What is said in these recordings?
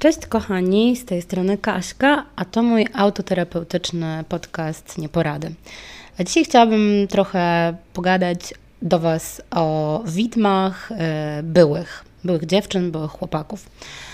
Cześć kochani, z tej strony Kaśka, a to mój autoterapeutyczny podcast Nieporady. A dzisiaj chciałabym trochę pogadać do Was o widmach byłych dziewczyn, byłych chłopaków.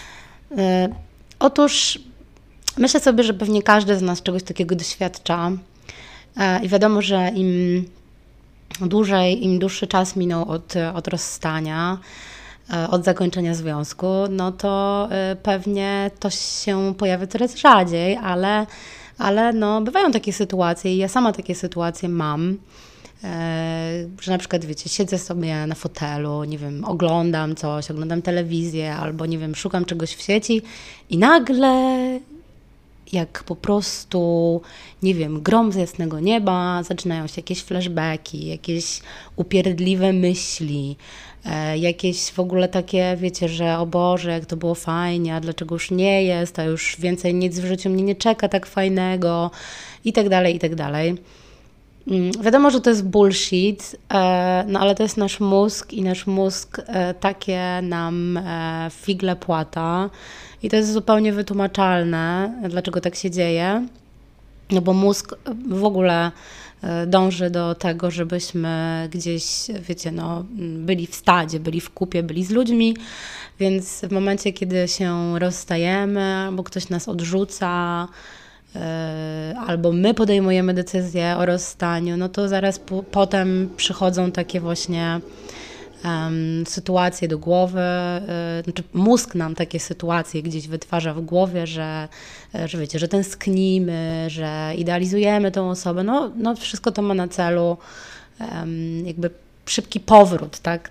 Otóż myślę sobie, że pewnie każdy z nas czegoś takiego doświadcza i wiadomo, że im dłuższy czas minął od rozstania, od zakończenia związku, no to pewnie to się pojawia coraz rzadziej, ale no, bywają takie sytuacje i ja sama takie sytuacje mam, że na przykład, wiecie, siedzę sobie na fotelu, nie wiem, oglądam coś, oglądam telewizję albo, nie wiem, szukam czegoś w sieci i nagle jak po prostu, nie wiem, grom z jasnego nieba, zaczynają się jakieś flashbacki, jakieś upierdliwe myśli, jakieś w ogóle takie, wiecie, że o Boże, jak to było fajnie, a dlaczego już nie jest, a już więcej nic w życiu mnie nie czeka tak fajnego i tak dalej, i tak dalej. Wiadomo, że to jest bullshit, no ale to jest nasz mózg i nasz mózg takie nam figle płata i to jest zupełnie wytłumaczalne, dlaczego tak się dzieje, no bo mózg w ogóle dąży do tego, żebyśmy gdzieś, wiecie, no, byli w stadzie, byli w kupie, byli z ludźmi, więc w momencie, kiedy się rozstajemy, albo ktoś nas odrzuca, albo my podejmujemy decyzję o rozstaniu, no to zaraz potem przychodzą takie właśnie sytuacje do głowy, znaczy mózg nam takie sytuacje gdzieś wytwarza w głowie, że wiecie, że tęsknimy, że idealizujemy tą osobę, no wszystko to ma na celu jakby szybki powrót, tak,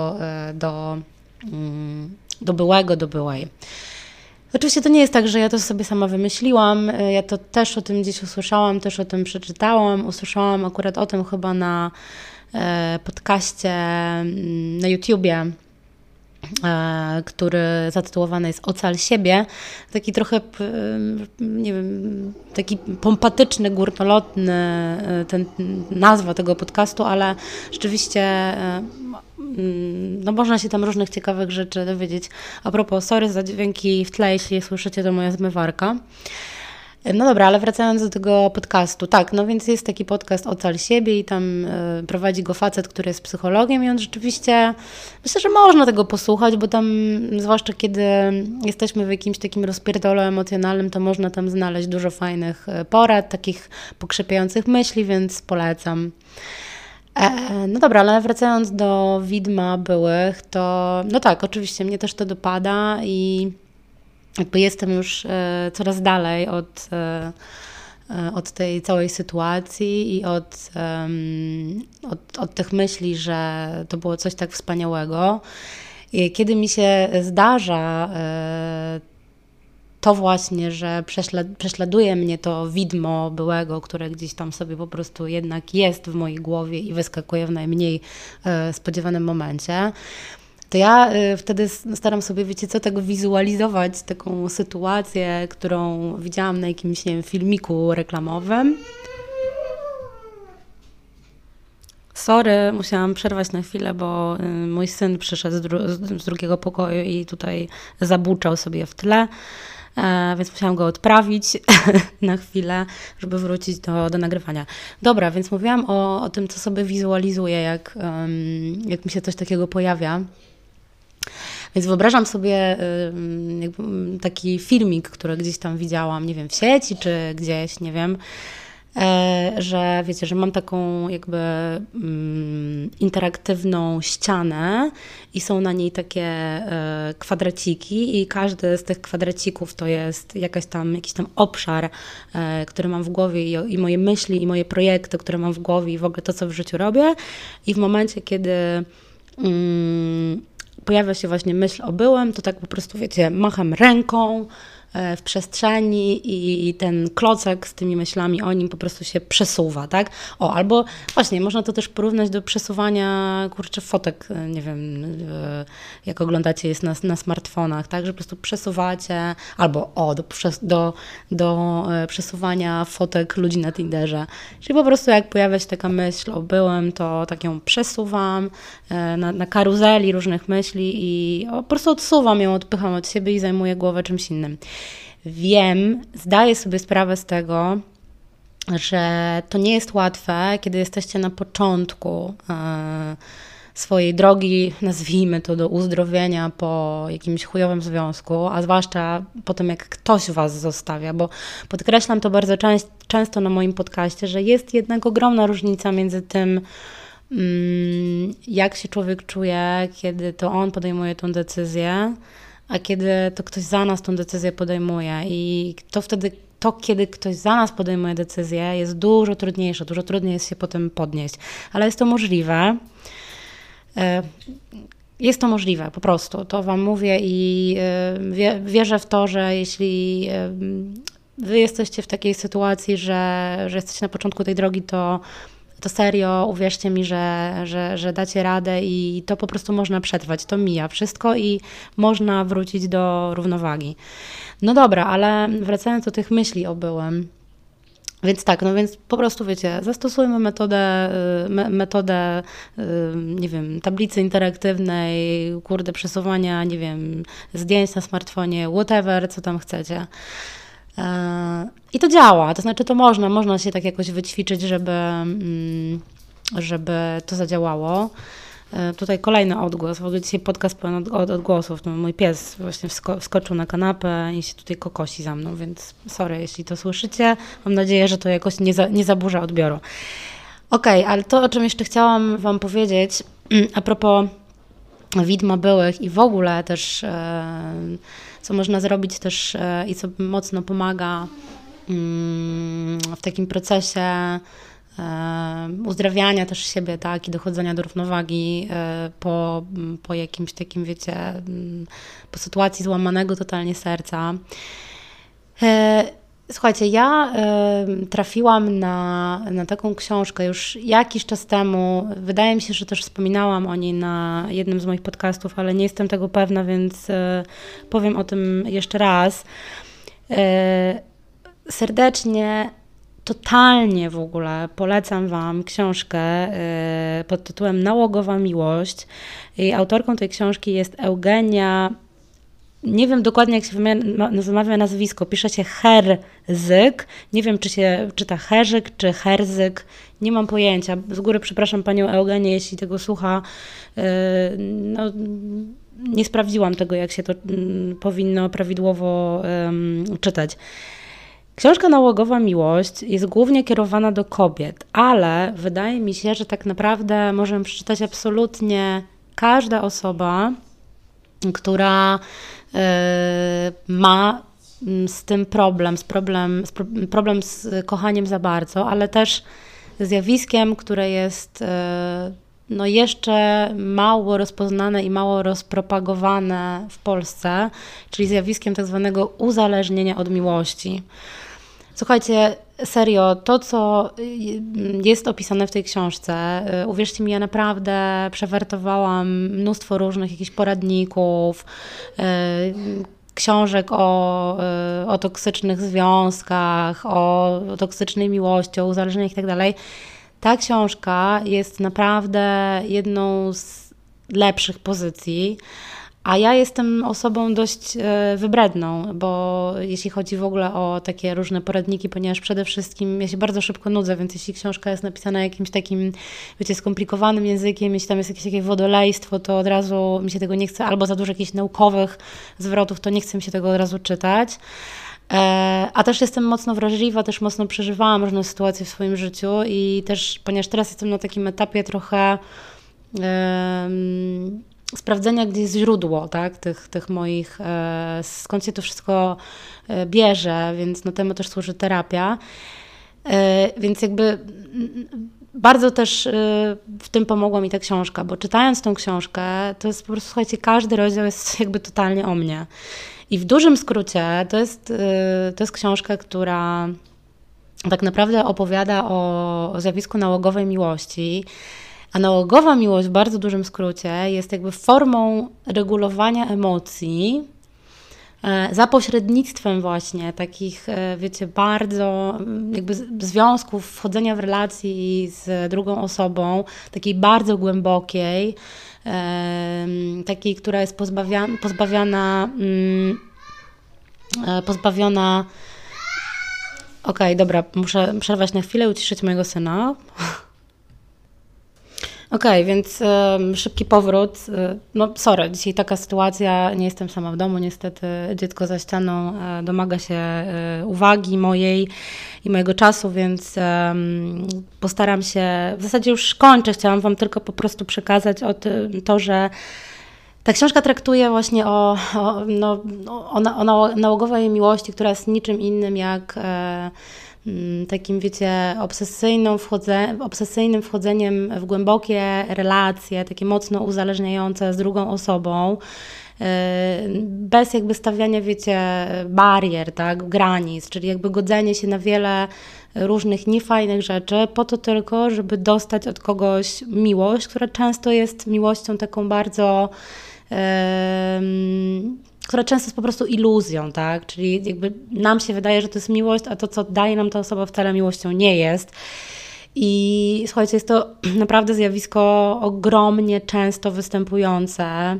do byłego, do byłej. Oczywiście to nie jest tak, że ja to sobie sama wymyśliłam, ja to też o tym gdzieś usłyszałam, też o tym przeczytałam, usłyszałam akurat o tym chyba na podcaście na YouTubie, który zatytułowany jest Ocal siebie. Taki trochę, nie wiem, taki pompatyczny, górnolotny nazwa tego podcastu, ale rzeczywiście no można się tam różnych ciekawych rzeczy dowiedzieć. A propos, sorry za dźwięki w tle, jeśli słyszycie, to moja zmywarka. No dobra, ale wracając do tego podcastu. Tak, no więc jest taki podcast Ocal siebie i tam prowadzi go facet, który jest psychologiem i on rzeczywiście, myślę, że można tego posłuchać, bo tam, zwłaszcza kiedy jesteśmy w jakimś takim rozpierdolu emocjonalnym, to można tam znaleźć dużo fajnych porad, takich pokrzepiających myśli, więc polecam. No dobra, ale wracając do widma byłych, to no tak, oczywiście mnie też to dopada i jakby jestem już coraz dalej od tej całej sytuacji i od tych myśli, że to było coś tak wspaniałego. I kiedy mi się zdarza to właśnie, że prześladuje mnie to widmo byłego, które gdzieś tam sobie po prostu jednak jest w mojej głowie i wyskakuje w najmniej spodziewanym momencie, to ja wtedy staram sobie, wiecie co, tak wizualizować taką sytuację, którą widziałam na jakimś, nie wiem, filmiku reklamowym. Sorry, musiałam przerwać na chwilę, bo mój syn przyszedł z drugiego pokoju i tutaj zabuczał sobie w tle, więc musiałam go odprawić na chwilę, żeby wrócić do nagrywania. Dobra, więc mówiłam o tym, co sobie wizualizuję, jak mi się coś takiego pojawia. Więc wyobrażam sobie taki filmik, który gdzieś tam widziałam, nie wiem, w sieci czy gdzieś, nie wiem, że wiecie, że mam taką jakby interaktywną ścianę i są na niej takie kwadraciki i każdy z tych kwadracików to jest jakiś tam obszar, który mam w głowie i moje myśli i moje projekty, które mam w głowie i w ogóle to, co w życiu robię i w momencie, kiedy pojawia się właśnie myśl o byłym, to tak po prostu, wiecie, macham ręką, w przestrzeni i ten klocek z tymi myślami o nim po prostu się przesuwa, tak? Albo właśnie, można to też porównać do przesuwania, fotek, nie wiem, jak oglądacie jest na smartfonach, tak? Że po prostu przesuwacie, albo do przesuwania fotek ludzi na Tinderze. Czyli po prostu jak pojawia się taka myśl, byłem, to tak ją przesuwam na karuzeli różnych myśli i po prostu odsuwam ją, odpycham od siebie i zajmuję głowę czymś innym. Wiem, zdaję sobie sprawę z tego, że to nie jest łatwe, kiedy jesteście na początku swojej drogi, nazwijmy to, do uzdrowienia po jakimś chujowym związku, a zwłaszcza po tym, jak ktoś was zostawia, bo podkreślam to bardzo często na moim podcaście, że jest jednak ogromna różnica między tym, jak się człowiek czuje, kiedy to on podejmuje tą decyzję, a kiedy to ktoś za nas tą decyzję podejmuje. I to wtedy, kiedy ktoś za nas podejmuje decyzję, jest dużo trudniejsze, dużo trudniej jest się potem podnieść. Ale jest to możliwe. Jest to możliwe, po prostu. To wam mówię i wierzę w to, że jeśli wy jesteście w takiej sytuacji, że jesteście na początku tej drogi, to serio, uwierzcie mi, że dacie radę i to po prostu można przetrwać. To mija wszystko i można wrócić do równowagi. No dobra, ale wracając do tych myśli obyłem. Więc tak, no więc po prostu wiecie, zastosujmy metodę, nie wiem, tablicy interaktywnej, przesuwania, nie wiem, zdjęć na smartfonie, whatever, co tam chcecie. I to działa, to znaczy to można się tak jakoś wyćwiczyć, żeby to zadziałało. Tutaj kolejny odgłos, w ogóle dzisiaj podcast pełen odgłosów. No, mój pies właśnie wskoczył na kanapę i się tutaj kokosi za mną, więc sorry, jeśli to słyszycie. Mam nadzieję, że to jakoś nie zaburza odbioru. Okej, ale to, o czym jeszcze chciałam wam powiedzieć, a propos widma byłych i w ogóle też, co można zrobić też i co mocno pomaga w takim procesie uzdrawiania też siebie, tak, i dochodzenia do równowagi po jakimś takim, wiecie, po sytuacji złamanego totalnie serca. Słuchajcie, ja trafiłam na taką książkę już jakiś czas temu. Wydaje mi się, że też wspominałam o niej na jednym z moich podcastów, ale nie jestem tego pewna, więc powiem o tym jeszcze raz. Serdecznie, totalnie w ogóle polecam wam książkę pod tytułem Nałogowa miłość. I autorką tej książki jest Eugenia. Nie wiem dokładnie, jak się wymawia nazwisko. Pisze się Herzyk. Nie wiem, czy się czyta Herzyk, czy Herzyk. Nie mam pojęcia. Z góry przepraszam panią Eugenię, jeśli tego słucha. No, nie sprawdziłam tego, jak się to powinno prawidłowo czytać. Książka Nałogowa miłość jest głównie kierowana do kobiet, ale wydaje mi się, że tak naprawdę możemy przeczytać absolutnie każda osoba, która ma z tym problem z kochaniem za bardzo, ale też zjawiskiem, które jest no jeszcze mało rozpoznane i mało rozpropagowane w Polsce, czyli zjawiskiem tak zwanego uzależnienia od miłości. Słuchajcie, serio, to co jest opisane w tej książce, uwierzcie mi, ja naprawdę przewertowałam mnóstwo różnych jakichś poradników, książek o toksycznych związkach, o toksycznej miłości, o uzależnieniach itd. Ta książka jest naprawdę jedną z lepszych pozycji, a ja jestem osobą dość wybredną, bo jeśli chodzi w ogóle o takie różne poradniki, ponieważ przede wszystkim ja się bardzo szybko nudzę, więc jeśli książka jest napisana jakimś takim, wiecie, skomplikowanym językiem, jeśli tam jest jakieś takie wodolejstwo, to od razu mi się tego nie chce, albo za dużo jakichś naukowych zwrotów, to nie chce mi się tego od razu czytać. A też jestem mocno wrażliwa, też mocno przeżywałam różne sytuacje w swoim życiu i też, ponieważ teraz jestem na takim etapie trochę sprawdzenia, gdzie jest źródło, tak, tych moich, skąd się to wszystko bierze, więc no temu też służy terapia. Więc jakby bardzo też w tym pomogła mi ta książka, bo czytając tą książkę, to jest po prostu, słuchajcie, każdy rozdział jest jakby totalnie o mnie. I w dużym skrócie to jest książka, która tak naprawdę opowiada o zjawisku nałogowej miłości. A nałogowa miłość w bardzo dużym skrócie jest jakby formą regulowania emocji za pośrednictwem właśnie takich, wiecie, bardzo jakby związków, wchodzenia w relacji z drugą osobą, takiej bardzo głębokiej, takiej, która jest pozbawiona. Okej, dobra, muszę przerwać na chwilę, uciszyć mojego syna. Okej, więc szybki powrót. No sorry, dzisiaj taka sytuacja, nie jestem sama w domu, niestety dziecko za ścianą domaga się uwagi mojej i mojego czasu, więc postaram się, w zasadzie już kończę, chciałam Wam tylko po prostu przekazać to, że ta książka traktuje właśnie o nałogowej miłości, która jest niczym innym jak takim, wiecie, obsesyjnym wchodzeniem w głębokie relacje, takie mocno uzależniające z drugą osobą, bez jakby stawiania, wiecie, barier, tak, granic, czyli jakby godzenie się na wiele różnych niefajnych rzeczy, po to tylko, żeby dostać od kogoś miłość, która często jest miłością taką bardzo która często jest po prostu iluzją, tak? Czyli jakby nam się wydaje, że to jest miłość, a to, co daje nam ta osoba, wcale miłością nie jest. I słuchajcie, jest to naprawdę zjawisko ogromnie często występujące.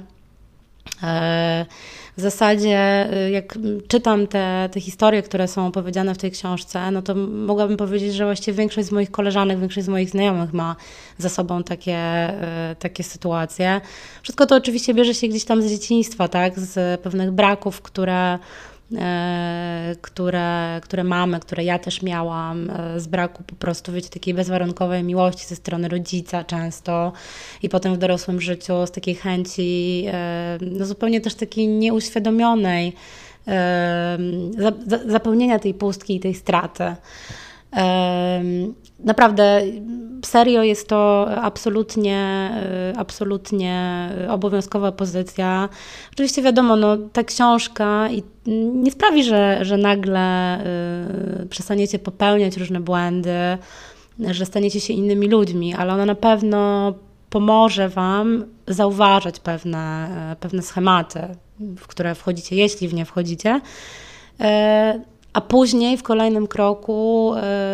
W zasadzie, jak czytam te historie, które są opowiedziane w tej książce, no to mogłabym powiedzieć, że właściwie większość z moich koleżanek, większość z moich znajomych ma za sobą takie sytuacje. Wszystko to oczywiście bierze się gdzieś tam z dzieciństwa, tak? Z pewnych braków, które mamy, które ja też miałam, z braku po prostu, wiecie, takiej bezwarunkowej miłości ze strony rodzica często i potem w dorosłym życiu z takiej chęci, no zupełnie też takiej nieuświadomionej zapełnienia tej pustki i tej straty. Naprawdę, serio jest to absolutnie obowiązkowa pozycja. Oczywiście wiadomo, no, ta książka nie sprawi, że nagle przestaniecie popełniać różne błędy, że staniecie się innymi ludźmi, ale ona na pewno pomoże Wam zauważać pewne schematy, w które wchodzicie, jeśli w nie wchodzicie. A później w kolejnym kroku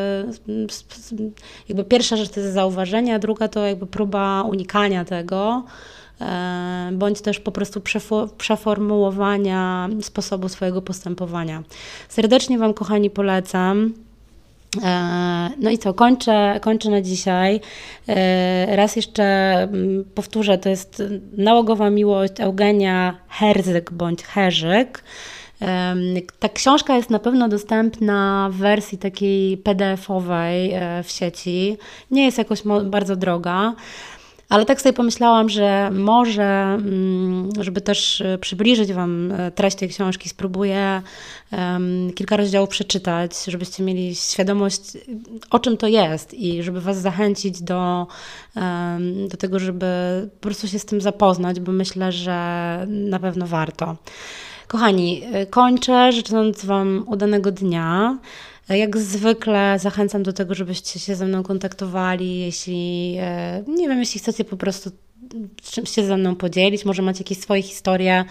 jakby pierwsza rzecz to jest zauważenie, a druga to jakby próba unikania tego, bądź też po prostu przeformułowania sposobu swojego postępowania. Serdecznie Wam, kochani, polecam. No i co, kończę na dzisiaj. Raz jeszcze powtórzę, to jest Nałogowa miłość Eugenia Herzyk bądź Herzyk. Ta książka jest na pewno dostępna w wersji takiej PDF-owej w sieci. Nie jest jakoś bardzo droga, ale tak sobie pomyślałam, że może, żeby też przybliżyć Wam treść tej książki, spróbuję kilka rozdziałów przeczytać, żebyście mieli świadomość, o czym to jest i żeby Was zachęcić do tego, żeby po prostu się z tym zapoznać, bo myślę, że na pewno warto. Kochani, kończę, życząc Wam udanego dnia. Jak zwykle zachęcam do tego, żebyście się ze mną kontaktowali, jeśli, nie wiem, jeśli chcecie po prostu czymś się ze mną podzielić, może macie jakieś swoje historie,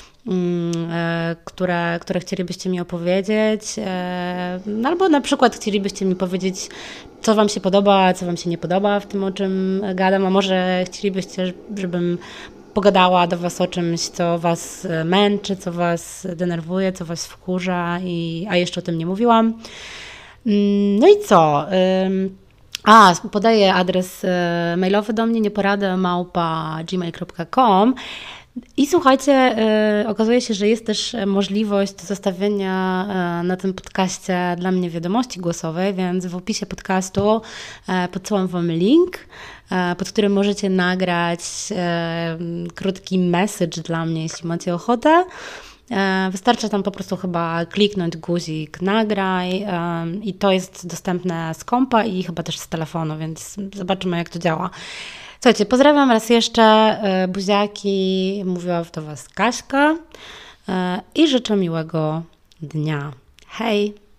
które chcielibyście mi opowiedzieć, albo na przykład chcielibyście mi powiedzieć, co Wam się podoba, co Wam się nie podoba w tym, o czym gadam, a może chcielibyście, żebym pogadała do Was o czymś, co Was męczy, co Was denerwuje, co Was wkurza, a jeszcze o tym nie mówiłam. No i co? Podaję adres mailowy do mnie, nieporady@gmail.com. I słuchajcie, okazuje się, że jest też możliwość zostawienia na tym podcaście dla mnie wiadomości głosowej, więc w opisie podcastu podsyłam Wam link, pod którym możecie nagrać krótki message dla mnie, jeśli macie ochotę. Wystarczy tam po prostu chyba kliknąć guzik nagraj i to jest dostępne z kompa i chyba też z telefonu, więc zobaczymy, jak to działa. Słuchajcie, pozdrawiam raz jeszcze, buziaki, mówiła do Was Kaśka. i życzę miłego dnia. Hej!